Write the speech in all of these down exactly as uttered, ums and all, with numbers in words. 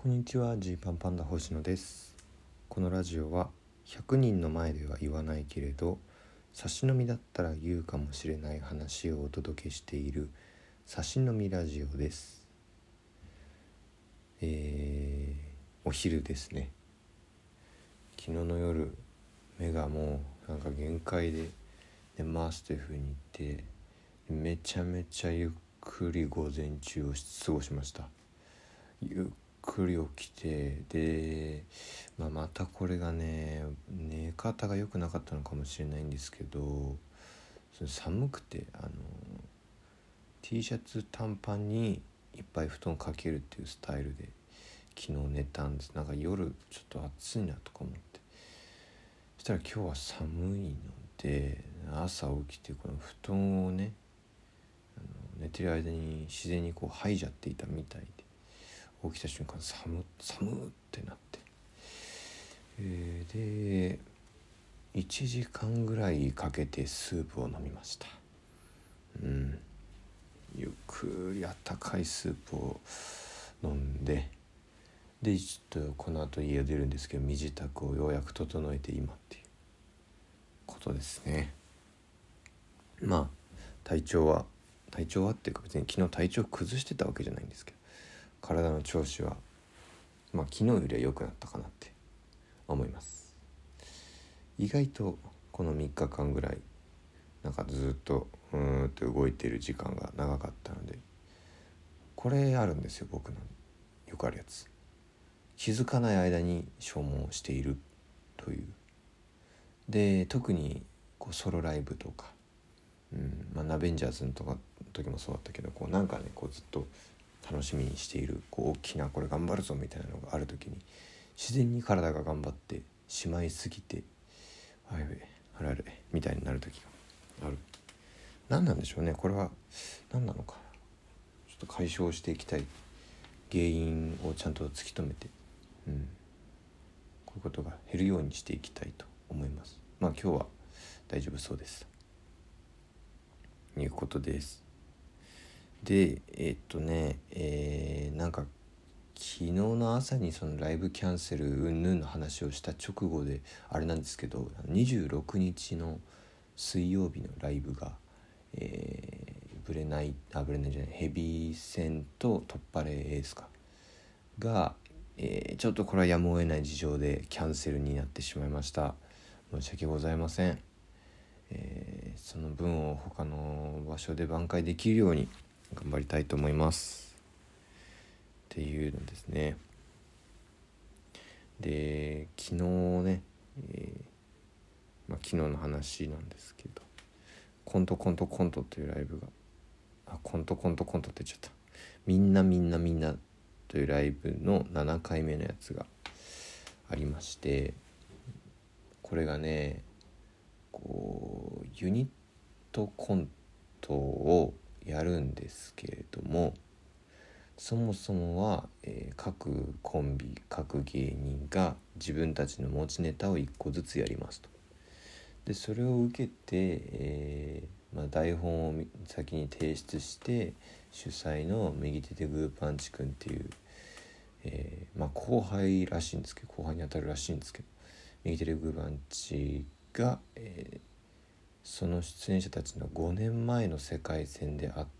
こんにちは、ジーパンパンダ星野です。このラジオはひゃくにんの前では言わないけれど差し飲みだったら言うかもしれない話をお届けしている差し飲みラジオです。えー、お昼ですね。昨日の夜目がもうなんか限界で寝ますという風に言ってめちゃめちゃゆっくり午前中を過ごしました。ゆっくり起きてで、まあ、またこれがね寝方が良くなかったのかもしれないんですけど、その寒くてあの T シャツ短パンにいっぱい布団かけるっていうスタイルで昨日寝たんです。なんか夜ちょっと暑いなとか思って、そしたら今日は寒いので朝起きてこの布団をねあの寝てる間に自然にこう吐いちゃっていたみたいで、起きた瞬間寒寒ってなって、えー、でいちじかんぐらいかけてスープを飲みました。うんゆっくりあったかいスープを飲んで、でちょっとこの後家を出るんですけど身支度をようやく整えて今っていうことですね。まあ体調は体調はっていうか別に昨日体調崩してたわけじゃないんですけど、体の調子はまあ昨日よりは良くなったかなって思います。意外とこのみっかかんぐらいなんかずっとうーんと動いてる時間が長かったので、これあるんですよ僕のよくあるやつ。気づかない間に消耗しているという。で特にこうソロライブとか、うんまあ、ナベンジャーズのとか時もそうだったけど、こうなんかねこうずっと楽しみにしているこう大きなこれ頑張るぞみたいなのがある時に自然に体が頑張ってしまいすぎてあやべえあれあれみたいになる時がある。何なんでしょうねこれは。何なのかちょっと解消していきたい。原因をちゃんと突き止めて、うん、こういうことが減るようにしていきたいと思います。まあ今日は大丈夫そうですということです。でえー、っとねえー、なんか昨日の朝にそのライブキャンセル云々の話をした直後であれなんですけど、にじゅうろくにちの水曜日のライブが、えー、ブレないあブレないじゃないヘビー戦と突破レーエースかが、えー、ちょっとこれはやむを得ない事情でキャンセルになってしまいました。申し訳ございません。えー、その分を他の場所で挽回できるように頑張りたいと思いますっていうのですね。で昨日ね、えーまあ、昨日の話なんですけど、コントコントコントというライブがあコントコントコントって言っちゃったみんなみんなみんなというライブのななかいめのやつがありまして、これがねこうユニットコントをやるんですけれども、そもそもは、えー、各コンビ各芸人が自分たちの持ちネタをいっこずつやりますと。でそれを受けて、えーまあ、台本を先に提出して主催の右手でグーパンチ君っていう、えーまあ、後輩らしいんですけど後輩に当たるらしいんですけど右手でグーパンチが、えー、その出演者たちのごねんまえの世界線であった、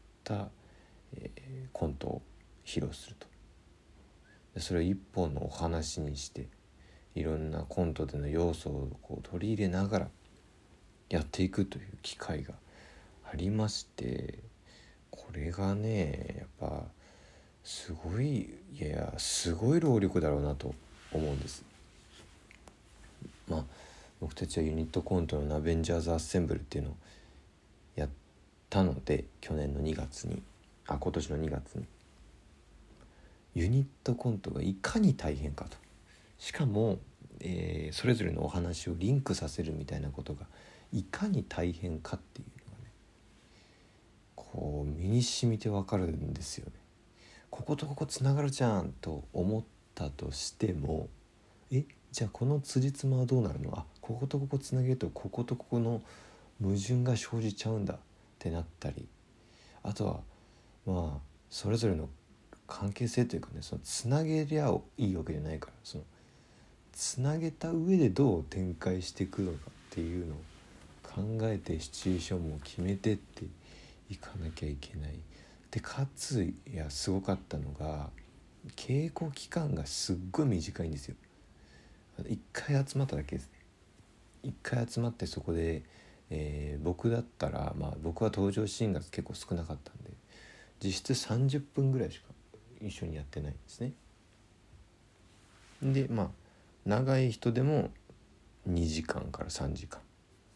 えー、コントを披露すると。でそれを一本のお話にしていろんなコントでの要素をこう取り入れながらやっていくという機会がありまして、これがねやっぱすごいいやすごい労力だろうなと思うんです。まあ僕たちはユニットコントのナベンジャーズアッセンブルっていうのをやったので、去年のにがつにあ今年のにがつにユニットコントがいかに大変かと、しかも、えー、それぞれのお話をリンクさせるみたいなことがいかに大変かっていうのがねこう身に染みてわかるんですよね。こことここつながるじゃんと思ったとしても、えじゃあこの辻褄はどうなるの、あこことここつなげるとこことここの矛盾が生じちゃうんだってなったり、あとはまあそれぞれの関係性というかね、そのつなげりゃいいわけじゃないから、そのつなげた上でどう展開していくのかっていうのを考えてシチュエーションも決めてっていかなきゃいけない。でかついやすごかったのが稽古期間がすっごい短いんですよ。一回集まっただけですね。一回集まってそこで、えー、僕だったら、まあ、僕は登場シーンが結構少なかったんで実質さんじゅっぷんぐらいしか一緒にやってないんですね。でまあ長い人でもにじかんからさんじか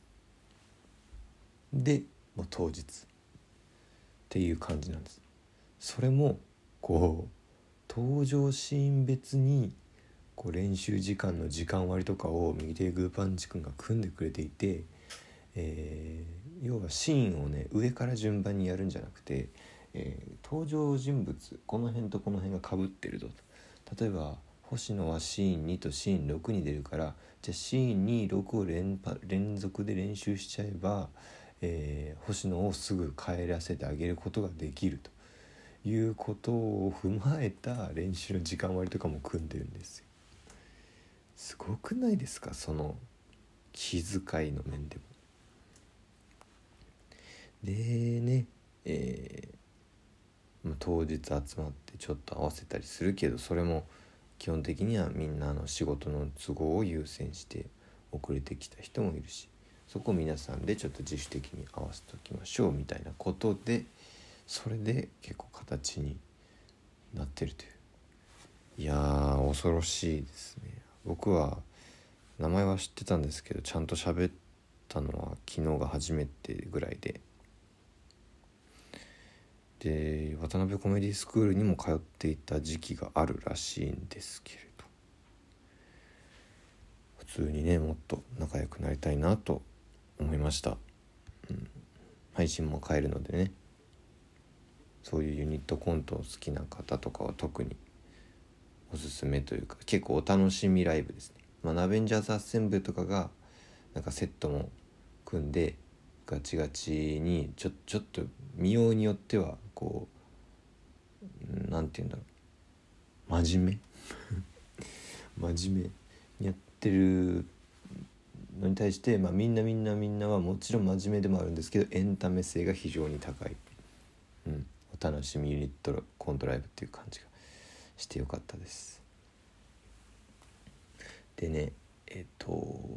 んでもう当日っていう感じなんです。それもこう登場シーン別にこう練習時間の時間割とかをミレーグーパンチ君が組んでくれていて、えー、要はシーンをね上から順番にやるんじゃなくて、えー、登場人物この辺とこの辺が被ってると。例えば星野はシーンにとシーンろくに出るから、じゃあシーンに、ろくを 連, 連続で練習しちゃえば、えー、星野をすぐ帰らせてあげることができるということを踏まえた練習の時間割とかも組んでるんですよ。すごくないですか、その気遣いの面でも。でね、えー、当日集まってちょっと合わせたりするけど、それも基本的にはみんなの仕事の都合を優先して遅れてきた人もいるし、そこを皆さんでちょっと自主的に合わせておきましょうみたいなことで、それで結構形になってるという。いやー恐ろしいですね。僕は名前は知ってたんですけど、ちゃんと喋ったのは昨日が初めてぐらいで、で渡辺コメディスクールにも通っていた時期があるらしいんですけれど、普通にねもっと仲良くなりたいなと思いました、うん、配信も変えるのでね、そういうユニットコントを好きな方とかは特におすすめというか、結構お楽しみライブですね。まあ、ナベンジャーズアッセンブルとかがなんかセットも組んでガチガチにちょ、ちょっと見ようによってはこうなんて言うんだろう、真面目真面目にやってるのに対して、まあ、みんなみんなみんなはもちろん真面目でもあるんですけどエンタメ性が非常に高い、うん、お楽しみユニットコントライブっていう感じがしてよかったです。でねえっと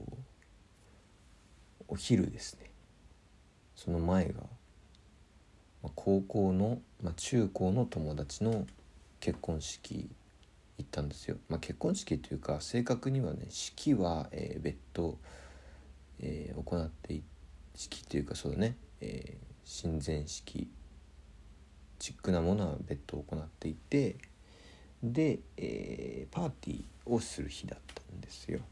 お昼ですね、その前が、まあ、高校の、まあ、中高の友達の結婚式行ったんですよ。まあ、結婚式というか正確にはね式は、えー、別途、えー、行って式というかそうだね、えー、親善式チックなものは別途行っていて、で、えー、パーティーをする日だったんですよ。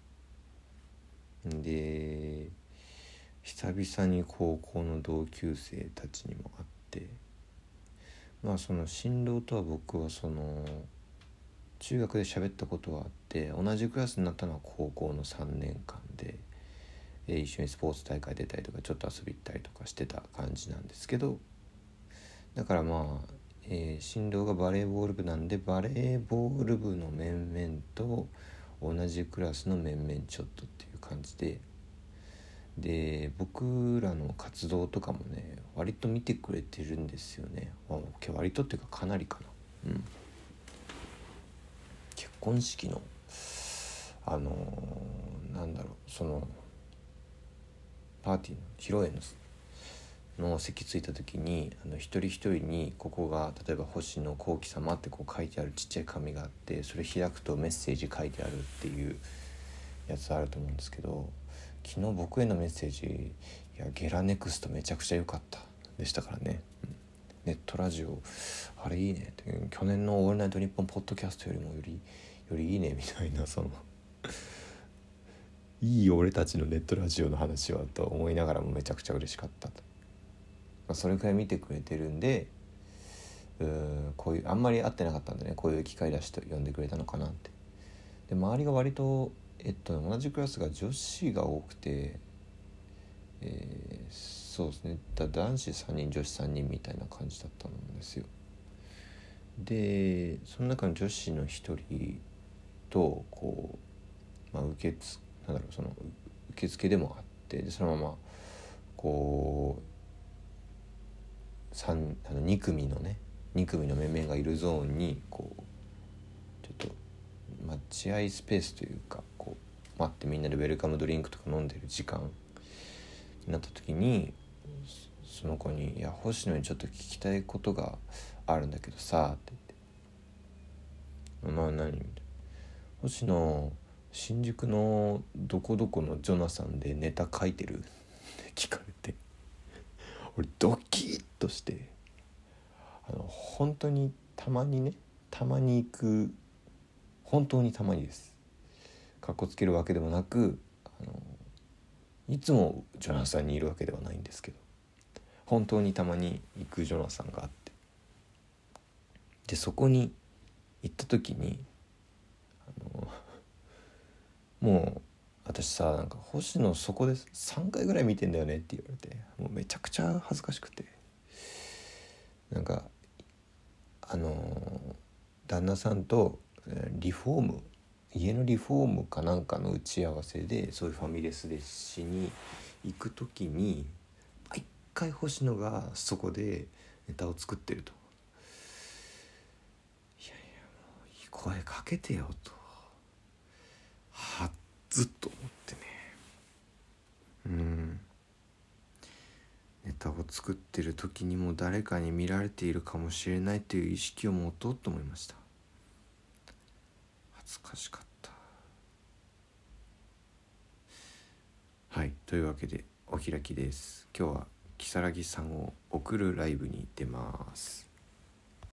で久々に高校の同級生たちにも会って、まあその新郎とは僕はその中学で喋ったことはあって、同じクラスになったのは高校のさんねんかんで、えー、一緒にスポーツ大会出たりとかちょっと遊び行ったりとかしてた感じなんですけど、だからまあ、えー、新郎がバレーボール部なんでバレーボール部の面々と同じクラスの面々ちょっとっていう感じで、で僕らの活動とかもね割と見てくれてるんですよね。割とっていうかかなりかな、うん、結婚式のあのー、なんだろうそのパーティーの披露宴のの席ついた時にあの一人一人にここが例えば星野幸喜様ってこう書いてあるちっちゃい紙があって、それ開くとメッセージ書いてあるっていうやつあると思うんですけど、昨日僕へのメッセージ、いやゲラネクストめちゃくちゃ良かったでしたからね、うん、ネットラジオあれいいねって、去年のオールナイトニッポンポッドキャストよりもよりよりいいねみたいな、そのいい俺たちのネットラジオの話はと思いながらもめちゃくちゃ嬉しかったと、まあ、それくらい見てくれてるんで、うーこういうあんまり会ってなかったんでね、こういう機会出して呼んでくれたのかなって。で周りが割とえっと同じクラスが女子が多くて、えー、そうですね、だ男子さんにん女子さんにんみたいな感じだったんですよ。 でその中の女子の一人とこう、まあ、受付なんだろうその受付でもあって、でそのままこう三あのに組のねに組の面々がいるゾーンにこうちょっと待合スペースというかこう待ってみんなでウェルカムドリンクとか飲んでる時間になった時に、その子に「いや星野にちょっと聞きたいことがあるんだけどさ」って言って「まあ何?」みたいな「星野新宿のどこどこのジョナサンでネタ書いてる?」って聞かれて俺ドキッとして、あの本当にたまにねたまに行く本当にたまにですかっこつけるわけでもなく、あのいつもジョナサンにいるわけではないんですけど、本当にたまに行くジョナサンがあって、でそこに行った時にあのもう私さなんか星野そこでさんかいぐらい見てんだよねって言われて、もうめちゃくちゃ恥ずかしくて、なんかあの旦那さんとリフォーム家のリフォームかなんかの打ち合わせでそういうファミレスでしに行く時に毎回星野がそこでネタを作ってると、いやいやもういい声かけてよとはっずっと思ってね、うんネタを作ってる時にも誰かに見られているかもしれないという意識を持とうと思いました。恥ずかしかった。はい、というわけでお開きです。今日は如月さんを送るライブに出ます。